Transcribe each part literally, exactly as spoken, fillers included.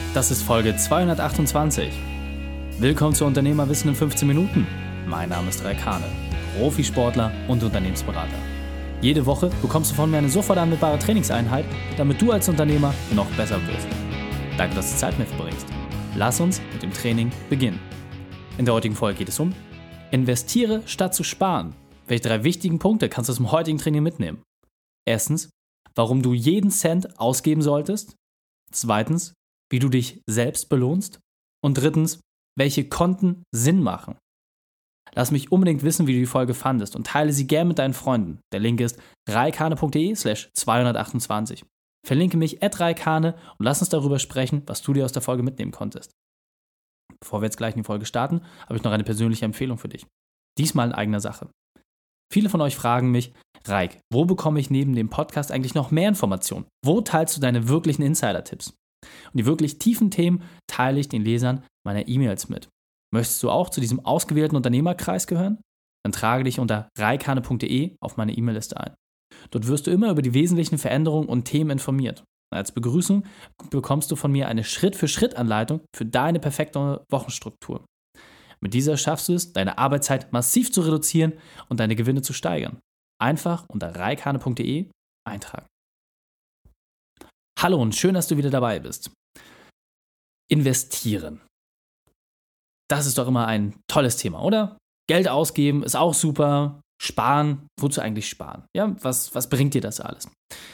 Das ist Folge zweihundertachtundzwanzig. Willkommen zu Unternehmerwissen in fünfzehn Minuten. Mein Name ist Raik Hane, Profisportler und Unternehmensberater. Jede Woche bekommst du von mir eine sofort anwendbare Trainingseinheit, damit du als Unternehmer noch besser wirst. Danke, dass du Zeit mit mir verbringst. Lass uns mit dem Training beginnen. In der heutigen Folge geht es um Investiere statt zu sparen. Welche drei wichtigen Punkte kannst du aus dem heutigen Training mitnehmen? Erstens, warum du jeden Cent ausgeben solltest. Zweitens, wie du dich selbst belohnst. Und drittens, welche Konten Sinn machen. Lass mich unbedingt wissen, wie du die Folge fandest und teile sie gern mit deinen Freunden. Der Link ist raikane.de slash 228. Verlinke mich at raikane und lass uns darüber sprechen, was du dir aus der Folge mitnehmen konntest. Bevor wir jetzt gleich in die Folge starten, habe ich noch eine persönliche Empfehlung für dich. Diesmal in eigener Sache. Viele von euch fragen mich, Raik, wo bekomme ich neben dem Podcast eigentlich noch mehr Informationen? Wo teilst du deine wirklichen Insider-Tipps? Und die wirklich tiefen Themen teile ich den Lesern meiner E-Mails mit. Möchtest du auch zu diesem ausgewählten Unternehmerkreis gehören? Dann trage dich unter raikane punkt de auf meine E-Mail-Liste ein. Dort wirst du immer über die wesentlichen Veränderungen und Themen informiert. Als Begrüßung bekommst du von mir eine Schritt-für-Schritt-Anleitung für deine perfekte Wochenstruktur. Mit dieser schaffst du es, deine Arbeitszeit massiv zu reduzieren und deine Gewinne zu steigern. Einfach unter raikane punkt de eintragen. Hallo und schön, dass du wieder dabei bist. Investieren. Das ist doch immer ein tolles Thema, oder? Geld ausgeben ist auch super. Sparen, wozu eigentlich sparen? Ja, was, was bringt dir das alles?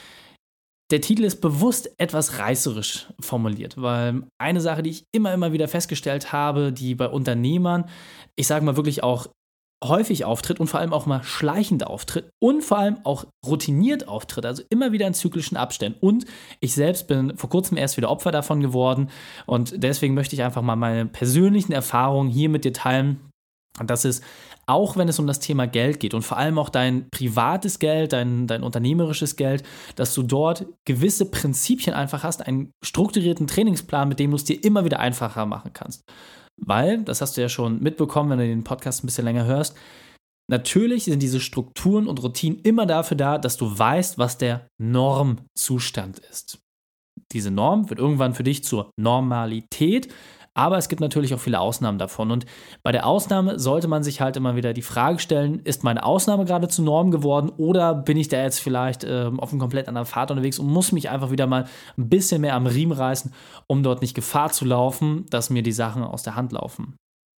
Der Titel ist bewusst etwas reißerisch formuliert, weil eine Sache, die ich immer, immer wieder festgestellt habe, die bei Unternehmern, ich sage mal wirklich auch häufig auftritt und vor allem auch mal schleichend auftritt und vor allem auch routiniert auftritt, also immer wieder in zyklischen Abständen. Und ich selbst bin vor kurzem erst wieder Opfer davon geworden und deswegen möchte ich einfach mal meine persönlichen Erfahrungen hier mit dir teilen. Und das ist, auch wenn es um das Thema Geld geht und vor allem auch dein privates Geld, dein, dein unternehmerisches Geld, dass du dort gewisse Prinzipien einfach hast, einen strukturierten Trainingsplan, mit dem du es dir immer wieder einfacher machen kannst. Weil, das hast du ja schon mitbekommen, wenn du den Podcast ein bisschen länger hörst, natürlich sind diese Strukturen und Routinen immer dafür da, dass du weißt, was der Normzustand ist. Diese Norm wird irgendwann für dich zur Normalität, aber es gibt natürlich auch viele Ausnahmen davon. Und bei der Ausnahme sollte man sich halt immer wieder die Frage stellen, ist meine Ausnahme gerade zur Norm geworden oder bin ich da jetzt vielleicht äh, auf einem komplett anderen Pfad unterwegs und muss mich einfach wieder mal ein bisschen mehr am Riemen reißen, um dort nicht Gefahr zu laufen, dass mir die Sachen aus der Hand laufen.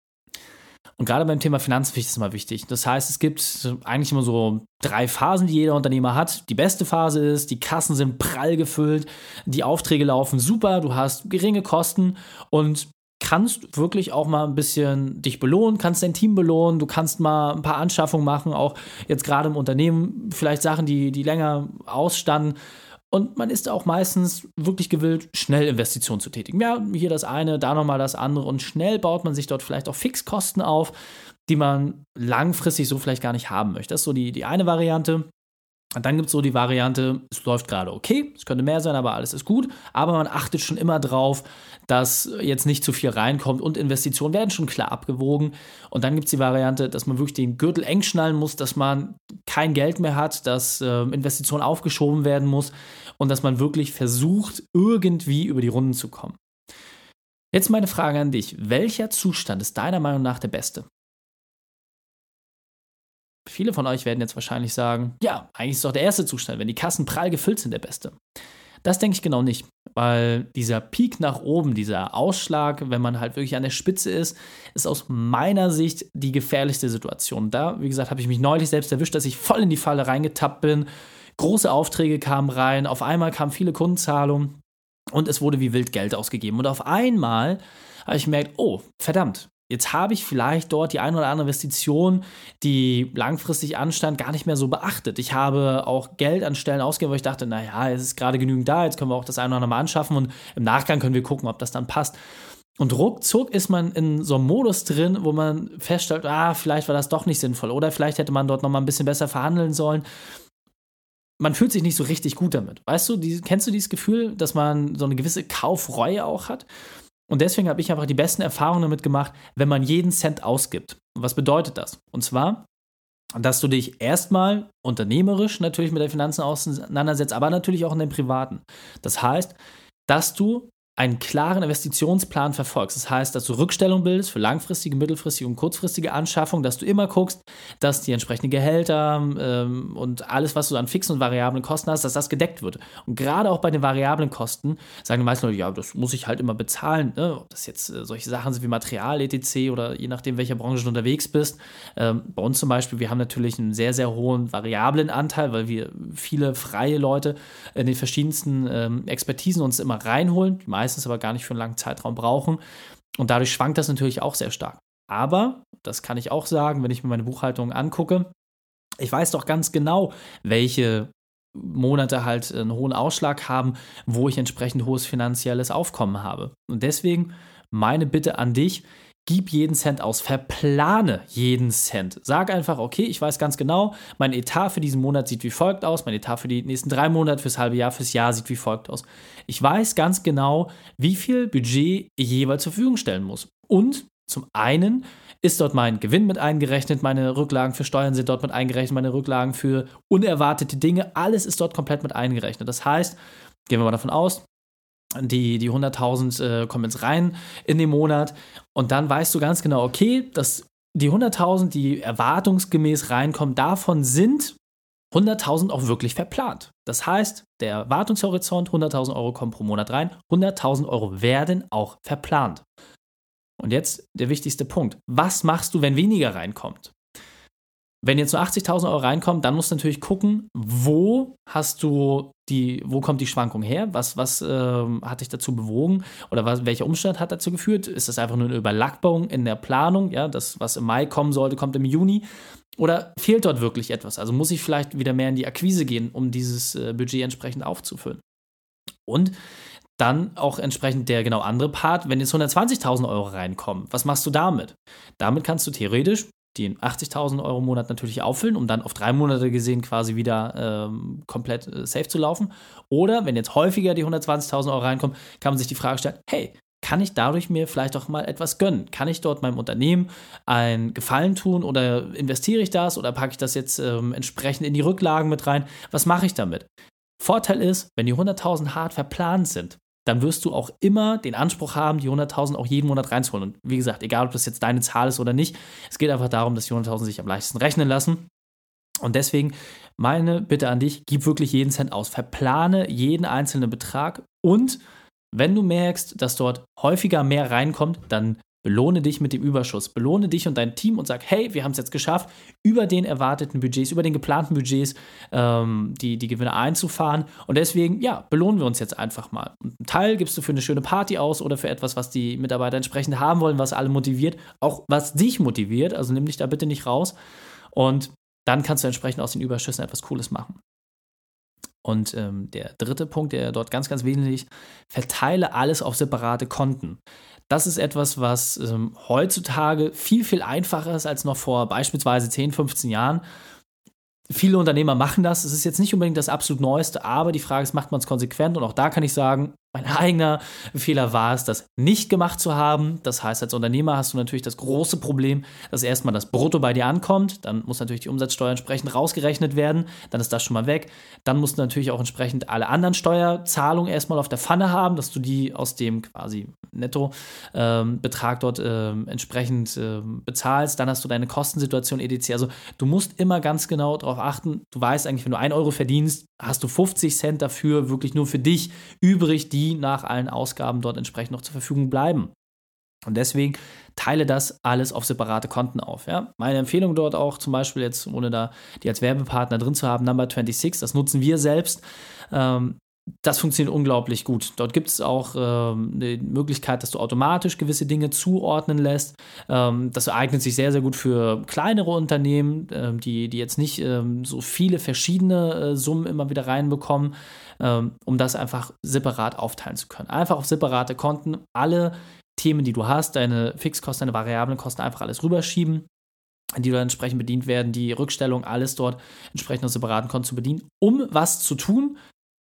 Und gerade beim Thema Finanzen ist es immer wichtig. Das heißt, es gibt eigentlich immer so drei Phasen, die jeder Unternehmer hat. Die beste Phase ist, die Kassen sind prall gefüllt, die Aufträge laufen super, du hast geringe Kosten und kannst wirklich auch mal ein bisschen dich belohnen, kannst dein Team belohnen, du kannst mal ein paar Anschaffungen machen, auch jetzt gerade im Unternehmen, vielleicht Sachen, die, die länger ausstanden. Und man ist auch meistens wirklich gewillt, schnell Investitionen zu tätigen. Ja, hier das eine, da nochmal das andere und schnell baut man sich dort vielleicht auch Fixkosten auf, die man langfristig so vielleicht gar nicht haben möchte. Das ist so die, die eine Variante. Und dann gibt es so die Variante, es läuft gerade okay, es könnte mehr sein, aber alles ist gut. Aber man achtet schon immer drauf, dass jetzt nicht zu viel reinkommt und Investitionen werden schon klar abgewogen. Und dann gibt es die Variante, dass man wirklich den Gürtel eng schnallen muss, dass man kein Geld mehr hat, dass äh, Investitionen aufgeschoben werden muss und dass man wirklich versucht, irgendwie über die Runden zu kommen. Jetzt meine Frage an dich. Welcher Zustand ist deiner Meinung nach der beste? Viele von euch werden jetzt wahrscheinlich sagen, ja, eigentlich ist doch der erste Zustand, wenn die Kassen prall gefüllt sind, der beste. Das denke ich genau nicht, weil dieser Peak nach oben, dieser Ausschlag, wenn man halt wirklich an der Spitze ist, ist aus meiner Sicht die gefährlichste Situation. Da, wie gesagt, habe ich mich neulich selbst erwischt, dass ich voll in die Falle reingetappt bin. Große Aufträge kamen rein, auf einmal kamen viele Kundenzahlungen und es wurde wie wild Geld ausgegeben. Und auf einmal habe ich gemerkt, oh, verdammt. Jetzt habe ich vielleicht dort die eine oder andere Investition, die langfristig anstand, gar nicht mehr so beachtet. Ich habe auch Geld an Stellen ausgegeben, wo ich dachte, naja, es ist gerade genügend da, jetzt können wir auch das eine oder andere mal anschaffen und im Nachgang können wir gucken, ob das dann passt. Und ruckzuck ist man in so einem Modus drin, wo man feststellt, ah, vielleicht war das doch nicht sinnvoll oder vielleicht hätte man dort nochmal ein bisschen besser verhandeln sollen. Man fühlt sich nicht so richtig gut damit. Weißt du, die, kennst du dieses Gefühl, dass man so eine gewisse Kaufreue auch hat? Und deswegen habe ich einfach die besten Erfahrungen damit gemacht, wenn man jeden Cent ausgibt. Und was bedeutet das? Und zwar, dass du dich erstmal unternehmerisch natürlich mit den Finanzen auseinandersetzt, aber natürlich auch in den privaten. Das heißt, dass du einen klaren Investitionsplan verfolgst. Das heißt, dass du Rückstellung bildest für langfristige, mittelfristige und kurzfristige Anschaffung, dass du immer guckst, dass die entsprechenden Gehälter ähm, und alles, was du an fixen und variablen Kosten hast, dass das gedeckt wird. Und gerade auch bei den variablen Kosten sagen die meisten Leute, ja, das muss ich halt immer bezahlen. Ne? Ob das jetzt äh, solche Sachen sind wie Material, et cetera oder je nachdem, welcher Branche du unterwegs bist. Ähm, bei uns zum Beispiel, wir haben natürlich einen sehr, sehr hohen variablen Anteil, weil wir viele freie Leute in den verschiedensten ähm, Expertisen uns immer reinholen, meistens aber gar nicht für einen langen Zeitraum brauchen. Und dadurch schwankt das natürlich auch sehr stark. Aber, das kann ich auch sagen, wenn ich mir meine Buchhaltung angucke, ich weiß doch ganz genau, welche Monate halt einen hohen Ausschlag haben, wo ich entsprechend hohes finanzielles Aufkommen habe. Und deswegen meine Bitte an dich, gib jeden Cent aus, verplane jeden Cent. Sag einfach, okay, ich weiß ganz genau, mein Etat für diesen Monat sieht wie folgt aus, mein Etat für die nächsten drei Monate, fürs halbe Jahr, fürs Jahr sieht wie folgt aus. Ich weiß ganz genau, wie viel Budget ich jeweils zur Verfügung stellen muss. Und zum einen ist dort mein Gewinn mit eingerechnet, meine Rücklagen für Steuern sind dort mit eingerechnet, meine Rücklagen für unerwartete Dinge, alles ist dort komplett mit eingerechnet. Das heißt, gehen wir mal davon aus, die, die hunderttausend äh, kommen jetzt rein in den Monat und dann weißt du ganz genau, okay, dass die hunderttausend, die erwartungsgemäß reinkommen, davon sind hunderttausend auch wirklich verplant. Das heißt, der Erwartungshorizont, hunderttausend Euro kommen pro Monat rein, hunderttausend Euro werden auch verplant. Und jetzt der wichtigste Punkt. Was machst du, wenn weniger reinkommt? Wenn jetzt nur achtzigtausend Euro reinkommen, dann musst du natürlich gucken, wo hast du die, wo kommt die Schwankung her? Was, was ähm, hat dich dazu bewogen? Oder was, welcher Umstand hat dazu geführt? Ist das einfach nur eine Überlappung in der Planung? Ja, das, was im Mai kommen sollte, kommt im Juni. Oder fehlt dort wirklich etwas? Also muss ich vielleicht wieder mehr in die Akquise gehen, um dieses äh, Budget entsprechend aufzufüllen? Und dann auch entsprechend der genau andere Part, wenn jetzt hundertzwanzigtausend Euro reinkommen, was machst du damit? Damit kannst du theoretisch den achtzigtausend Euro im Monat natürlich auffüllen, um dann auf drei Monate gesehen quasi wieder ähm, komplett äh, safe zu laufen. Oder wenn jetzt häufiger die hundertzwanzigtausend Euro reinkommen, kann man sich die Frage stellen, hey, kann ich dadurch mir vielleicht auch mal etwas gönnen? Kann ich dort meinem Unternehmen einen Gefallen tun oder investiere ich das oder packe ich das jetzt ähm, entsprechend in die Rücklagen mit rein? Was mache ich damit? Vorteil ist, wenn die hunderttausend hart verplant sind, dann wirst du auch immer den Anspruch haben, die hunderttausend auch jeden Monat reinzuholen. Und wie gesagt, egal, ob das jetzt deine Zahl ist oder nicht, es geht einfach darum, dass die hunderttausend sich am leichtesten rechnen lassen. Und deswegen meine Bitte an dich, gib wirklich jeden Cent aus. Verplane jeden einzelnen Betrag und wenn du merkst, dass dort häufiger mehr reinkommt, dann belohne dich mit dem Überschuss. Belohne dich und dein Team und sag, hey, wir haben es jetzt geschafft, über den erwarteten Budgets, über den geplanten Budgets ähm, die, die Gewinne einzufahren. Und deswegen, ja, belohnen wir uns jetzt einfach mal. Und einen Teil gibst du für eine schöne Party aus oder für etwas, was die Mitarbeiter entsprechend haben wollen, was alle motiviert, auch was dich motiviert. Also nimm dich da bitte nicht raus. Und dann kannst du entsprechend aus den Überschüssen etwas Cooles machen. Und ähm, der dritte Punkt, der dort ganz, ganz wesentlich ist, verteile alles auf separate Konten. Das ist etwas, was ähm, heutzutage viel, viel einfacher ist als noch vor beispielsweise zehn, fünfzehn Jahren. Viele Unternehmer machen das. Es ist jetzt nicht unbedingt das absolut Neueste, aber die Frage ist, macht man es konsequent? Und auch da kann ich sagen, mein eigener Fehler war es, das nicht gemacht zu haben. Das heißt, als Unternehmer hast du natürlich das große Problem, dass erstmal das Brutto bei dir ankommt. Dann muss natürlich die Umsatzsteuer entsprechend rausgerechnet werden. Dann ist das schon mal weg. Dann musst du natürlich auch entsprechend alle anderen Steuerzahlungen erstmal auf der Pfanne haben, dass du die aus dem quasi Nettobetrag ähm, dort ähm, entsprechend ähm, bezahlst. Dann hast du deine Kostensituation et cetera. Also du musst immer ganz genau darauf achten. Du weißt eigentlich, wenn du ein Euro verdienst, hast du fünfzig Cent dafür wirklich nur für dich übrig, die nach allen Ausgaben dort entsprechend noch zur Verfügung bleiben. Und deswegen teile das alles auf separate Konten auf. Ja? Meine Empfehlung dort auch zum Beispiel jetzt, ohne da die als Werbepartner drin zu haben, Number sechsundzwanzig, das nutzen wir selbst. Ähm, Das funktioniert unglaublich gut. Dort gibt es auch ähm, eine Möglichkeit, dass du automatisch gewisse Dinge zuordnen lässt. Ähm, das eignet sich sehr, sehr gut für kleinere Unternehmen, ähm, die, die jetzt nicht ähm, so viele verschiedene äh, Summen immer wieder reinbekommen, ähm, um das einfach separat aufteilen zu können. Einfach auf separate Konten alle Themen, die du hast, deine Fixkosten, deine variablen Kosten einfach alles rüberschieben, die dann entsprechend bedient werden, die Rückstellung, alles dort entsprechend auf separaten Konten zu bedienen, um was zu tun,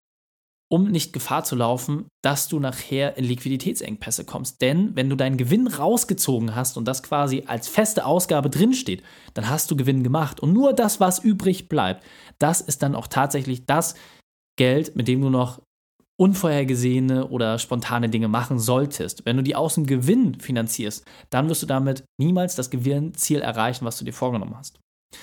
um nicht Gefahr zu laufen, dass du nachher in Liquiditätsengpässe kommst. Denn wenn du deinen Gewinn rausgezogen hast und das quasi als feste Ausgabe drinsteht, dann hast du Gewinn gemacht. Und nur das, was übrig bleibt, das ist dann auch tatsächlich das Geld, mit dem du noch unvorhergesehene oder spontane Dinge machen solltest. Wenn du die aus dem Gewinn finanzierst, dann wirst du damit niemals das Gewinnziel erreichen, was du dir vorgenommen hast.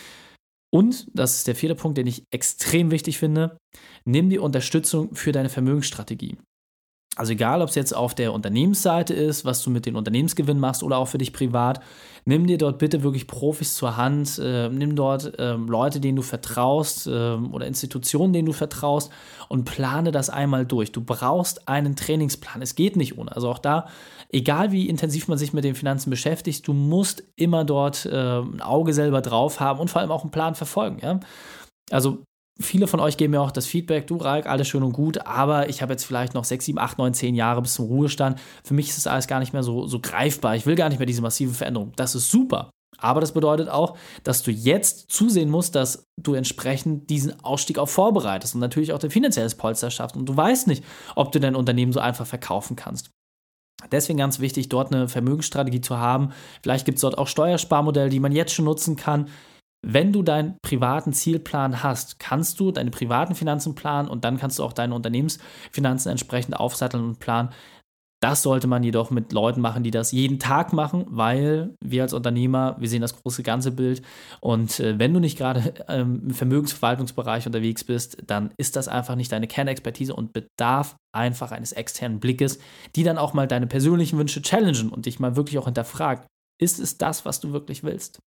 Und, das ist der vierte Punkt, den ich extrem wichtig finde, nimm die Unterstützung für deine Vermögensstrategie. Also egal, ob es jetzt auf der Unternehmensseite ist, was du mit den Unternehmensgewinn machst oder auch für dich privat, nimm dir dort bitte wirklich Profis zur Hand, äh, nimm dort äh, Leute, denen du vertraust äh, oder Institutionen, denen du vertraust und plane das einmal durch. Du brauchst einen Trainingsplan, es geht nicht ohne. Also auch da, egal wie intensiv man sich mit den Finanzen beschäftigt, du musst immer dort äh, ein Auge selber drauf haben und vor allem auch einen Plan verfolgen. Ja? Also viele von euch geben mir auch das Feedback, du Raik, alles schön und gut, aber ich habe jetzt vielleicht noch sechs, sieben, acht, neun, zehn Jahre bis zum Ruhestand. Für mich ist das alles gar nicht mehr so, so greifbar. Ich will gar nicht mehr diese massive Veränderung. Das ist super. Aber das bedeutet auch, dass du jetzt zusehen musst, dass du entsprechend diesen Ausstieg auch vorbereitest und natürlich auch dein finanzielles Polster schaffst. Und du weißt nicht, ob du dein Unternehmen so einfach verkaufen kannst. Deswegen ganz wichtig, dort eine Vermögensstrategie zu haben. Vielleicht gibt es dort auch Steuersparmodelle, die man jetzt schon nutzen kann. Wenn du deinen privaten Zielplan hast, kannst du deine privaten Finanzen planen und dann kannst du auch deine Unternehmensfinanzen entsprechend aufsatteln und planen. Das sollte man jedoch mit Leuten machen, die das jeden Tag machen, weil wir als Unternehmer, wir sehen das große ganze Bild und äh, wenn du nicht gerade ähm, im Vermögensverwaltungsbereich unterwegs bist, dann ist das einfach nicht deine Kernexpertise und bedarf einfach eines externen Blickes, die dann auch mal deine persönlichen Wünsche challengen und dich mal wirklich auch hinterfragt. Ist es das, was du wirklich willst?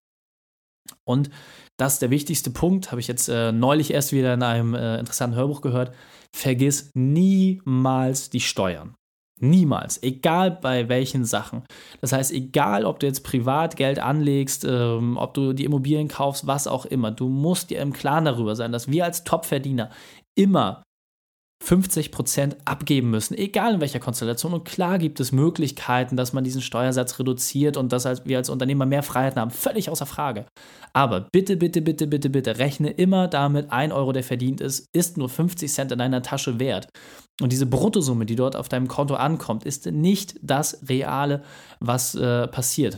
Und das ist der wichtigste Punkt, habe ich jetzt äh, neulich erst wieder in einem äh, interessanten Hörbuch gehört. Vergiss niemals die Steuern. Niemals. Egal bei welchen Sachen. Das heißt, egal ob du jetzt privat Geld anlegst, ähm, ob du die Immobilien kaufst, was auch immer. Du musst dir im Klaren darüber sein, dass wir als Topverdiener immer fünfzig Prozent abgeben müssen, egal in welcher Konstellation. Und klar gibt es Möglichkeiten, dass man diesen Steuersatz reduziert und dass wir als Unternehmer mehr Freiheiten haben. Völlig außer Frage. Aber bitte, bitte, bitte, bitte, bitte, rechne immer damit, ein Euro, der verdient ist, ist nur fünfzig Cent in deiner Tasche wert. Und diese Bruttosumme, die dort auf deinem Konto ankommt, ist nicht das Reale, was äh, passiert.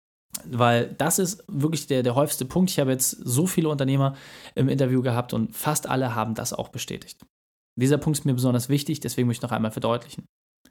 Weil das ist wirklich der, der häufigste Punkt. Ich habe jetzt so viele Unternehmer im Interview gehabt und fast alle haben das auch bestätigt. Dieser Punkt ist mir besonders wichtig, deswegen möchte ich noch einmal verdeutlichen.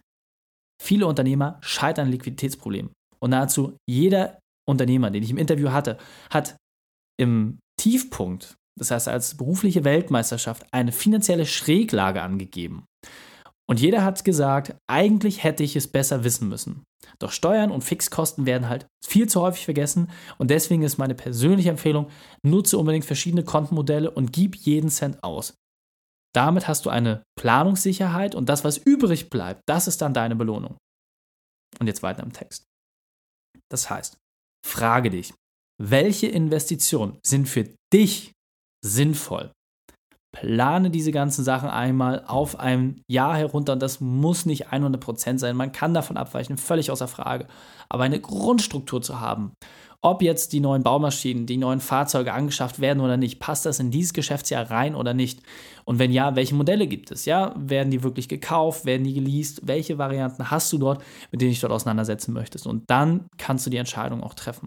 Viele Unternehmer scheitern an Liquiditätsproblemen. Und nahezu jeder Unternehmer, den ich im Interview hatte, hat im Tiefpunkt, das heißt als berufliche Weltmeisterschaft, eine finanzielle Schräglage angegeben. Und jeder hat gesagt, eigentlich hätte ich es besser wissen müssen. Doch Steuern und Fixkosten werden halt viel zu häufig vergessen und deswegen ist meine persönliche Empfehlung, nutze unbedingt verschiedene Kontenmodelle und gib jeden Cent aus. Damit hast du eine Planungssicherheit und das, was übrig bleibt, das ist dann deine Belohnung. Und jetzt weiter im Text. Das heißt, frage dich, welche Investitionen sind für dich sinnvoll? Plane diese ganzen Sachen einmal auf ein Jahr herunter und das muss nicht hundert Prozent sein. Man kann davon abweichen, völlig außer Frage. Aber eine Grundstruktur zu haben, ob jetzt die neuen Baumaschinen, die neuen Fahrzeuge angeschafft werden oder nicht, passt das in dieses Geschäftsjahr rein oder nicht? Und wenn ja, welche Modelle gibt es? Ja, werden die wirklich gekauft, werden die geleast? Welche Varianten hast du dort, mit denen du dich dort auseinandersetzen möchtest? Und dann kannst du die Entscheidung auch treffen.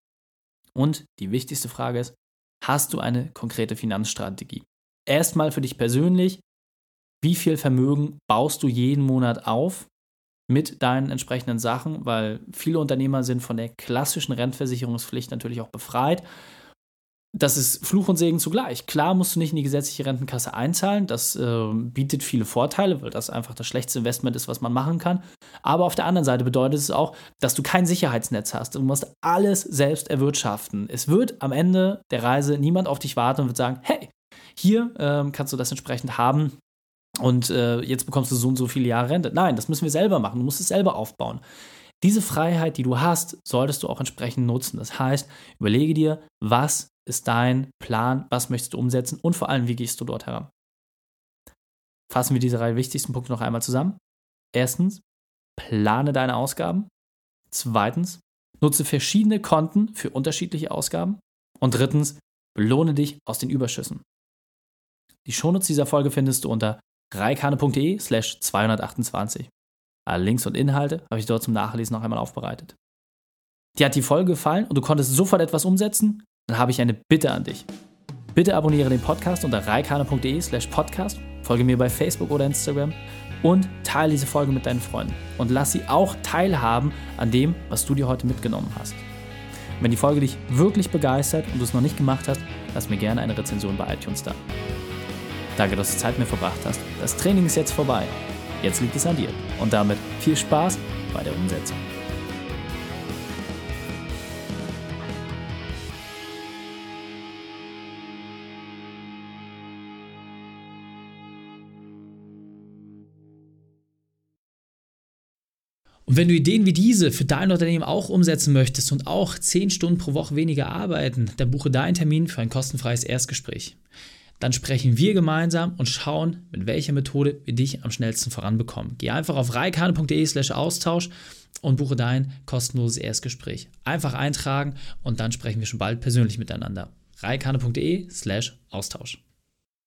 Und die wichtigste Frage ist, hast du eine konkrete Finanzstrategie? Erstmal für dich persönlich, wie viel Vermögen baust du jeden Monat auf mit deinen entsprechenden Sachen, weil viele Unternehmer sind von der klassischen Rentenversicherungspflicht natürlich auch befreit. Das ist Fluch und Segen zugleich. Klar musst du nicht in die gesetzliche Rentenkasse einzahlen, das äh, bietet viele Vorteile, weil das einfach das schlechteste Investment ist, was man machen kann. Aber auf der anderen Seite bedeutet es auch, dass du kein Sicherheitsnetz hast. Du musst alles selbst erwirtschaften. Es wird am Ende der Reise niemand auf dich warten und wird sagen, hey, hier ähm, kannst du das entsprechend haben. Und äh, jetzt bekommst du so und so viele Jahre Rente. Nein, das müssen wir selber machen. Du musst es selber aufbauen. Diese Freiheit, die du hast, solltest du auch entsprechend nutzen. Das heißt, überlege dir, was ist dein Plan, was möchtest du umsetzen und vor allem, wie gehst du dort heran. Fassen wir diese drei wichtigsten Punkte noch einmal zusammen. Erstens, plane deine Ausgaben. Zweitens, nutze verschiedene Konten für unterschiedliche Ausgaben. Und drittens, belohne dich aus den Überschüssen. Die Shownotes dieser Folge findest du unter reikane.de slash 228. Alle Links und Inhalte habe ich dort zum Nachlesen noch einmal aufbereitet. Dir hat die Folge gefallen und du konntest sofort etwas umsetzen? Dann habe ich eine Bitte an dich. Bitte abonniere den Podcast unter reikane.de slash podcast, folge mir bei Facebook oder Instagram und teile diese Folge mit deinen Freunden und lass sie auch teilhaben an dem, was du dir heute mitgenommen hast. Wenn die Folge dich wirklich begeistert und du es noch nicht gemacht hast, lass mir gerne eine Rezension bei iTunes da. Danke, dass du Zeit mit mir verbracht hast. Das Training ist jetzt vorbei. Jetzt liegt es an dir. Und damit viel Spaß bei der Umsetzung. Und wenn du Ideen wie diese für dein Unternehmen auch umsetzen möchtest und auch zehn Stunden pro Woche weniger arbeiten, dann buche deinen Termin für ein kostenfreies Erstgespräch. Dann sprechen wir gemeinsam und schauen, mit welcher Methode wir dich am schnellsten voranbekommen. Geh einfach auf reikane.de slash Austausch und buche dein kostenloses Erstgespräch. Einfach eintragen und dann sprechen wir schon bald persönlich miteinander. reikane.de slash Austausch.